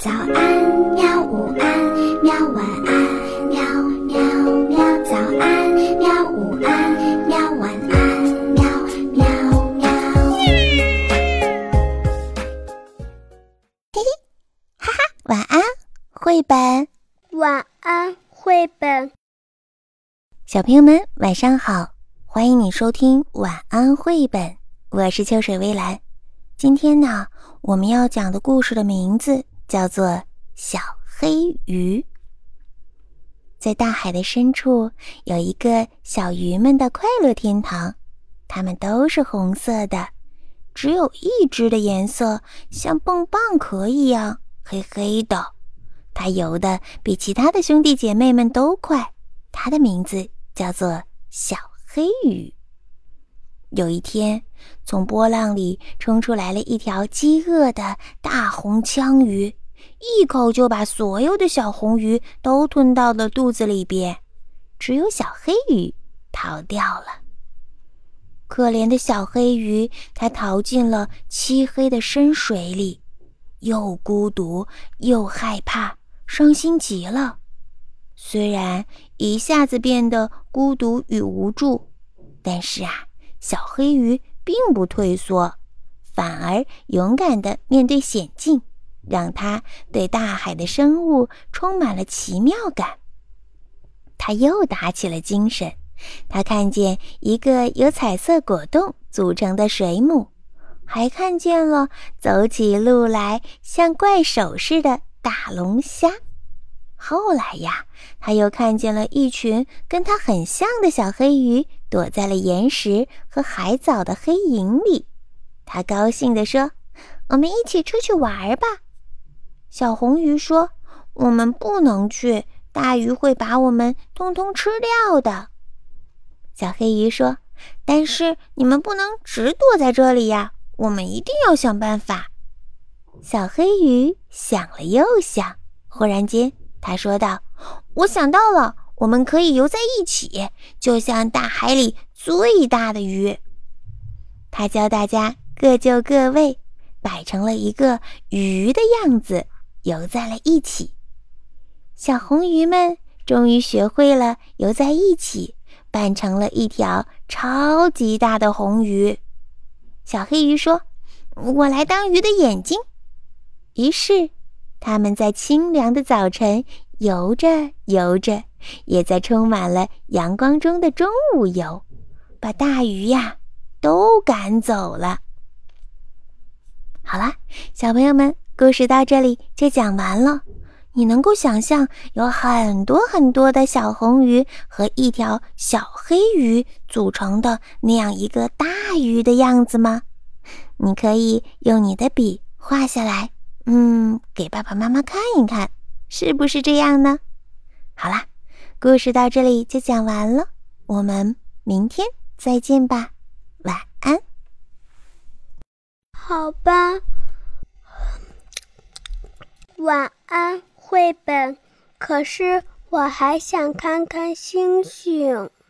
早安喵，午安喵，晚安喵喵喵，早安喵，午安喵，晚安喵喵喵。 嘿嘿，哈哈，晚安绘本。 晚安绘本。 小朋友们晚上好，欢迎你收听晚安绘本，我是秋水微澜。今天呢，我们要讲的故事的名字叫做小黑鱼。在大海的深处，有一个小鱼们的快乐天堂，它们都是红色的，只有一只的颜色像蹦蚌壳一样黑黑的，它游得比其他的兄弟姐妹们都快，它的名字叫做小黑鱼。有一天，从波浪里冲出来了一条饥饿的大红枪鱼，一口就把所有的小红鱼都吞到了肚子里边，只有小黑鱼逃掉了。可怜的小黑鱼，它逃进了漆黑的深水里，又孤独又害怕，伤心极了。虽然一下子变得孤独与无助，但是小黑鱼并不退缩，反而勇敢地面对险境，让它对大海的生物充满了奇妙感。它又打起了精神，它看见一个由彩色果冻组成的水母，还看见了走起路来像怪手似的大龙虾。后来呀，他又看见了一群跟他很像的小黑鱼躲在了岩石和海藻的黑影里。他高兴地说：“我们一起出去玩吧。”小红鱼说：“我们不能去，大鱼会把我们通通吃掉的。”小黑鱼说：“但是你们不能只躲在这里呀，我们一定要想办法。”小黑鱼想了又想，忽然间他说道：“我想到了，我们可以游在一起，就像大海里最大的鱼。”他教大家各就各位，摆成了一个鱼的样子，游在了一起。小红鱼们终于学会了游在一起，扮成了一条超级大的红鱼。小黑鱼说：“我来当鱼的眼睛。”于是他们在清凉的早晨游着游着，也在充满了阳光中的中午游，把大鱼都赶走了。好了，小朋友们，故事到这里就讲完了。你能够想象有很多很多的小红鱼和一条小黑鱼组成的那样一个大鱼的样子吗？你可以用你的笔画下来，给爸爸妈妈看一看，是不是这样呢？好啦，故事到这里就讲完了，我们明天再见吧，晚安。 好吧，晚安绘本。可是我还想看看星星。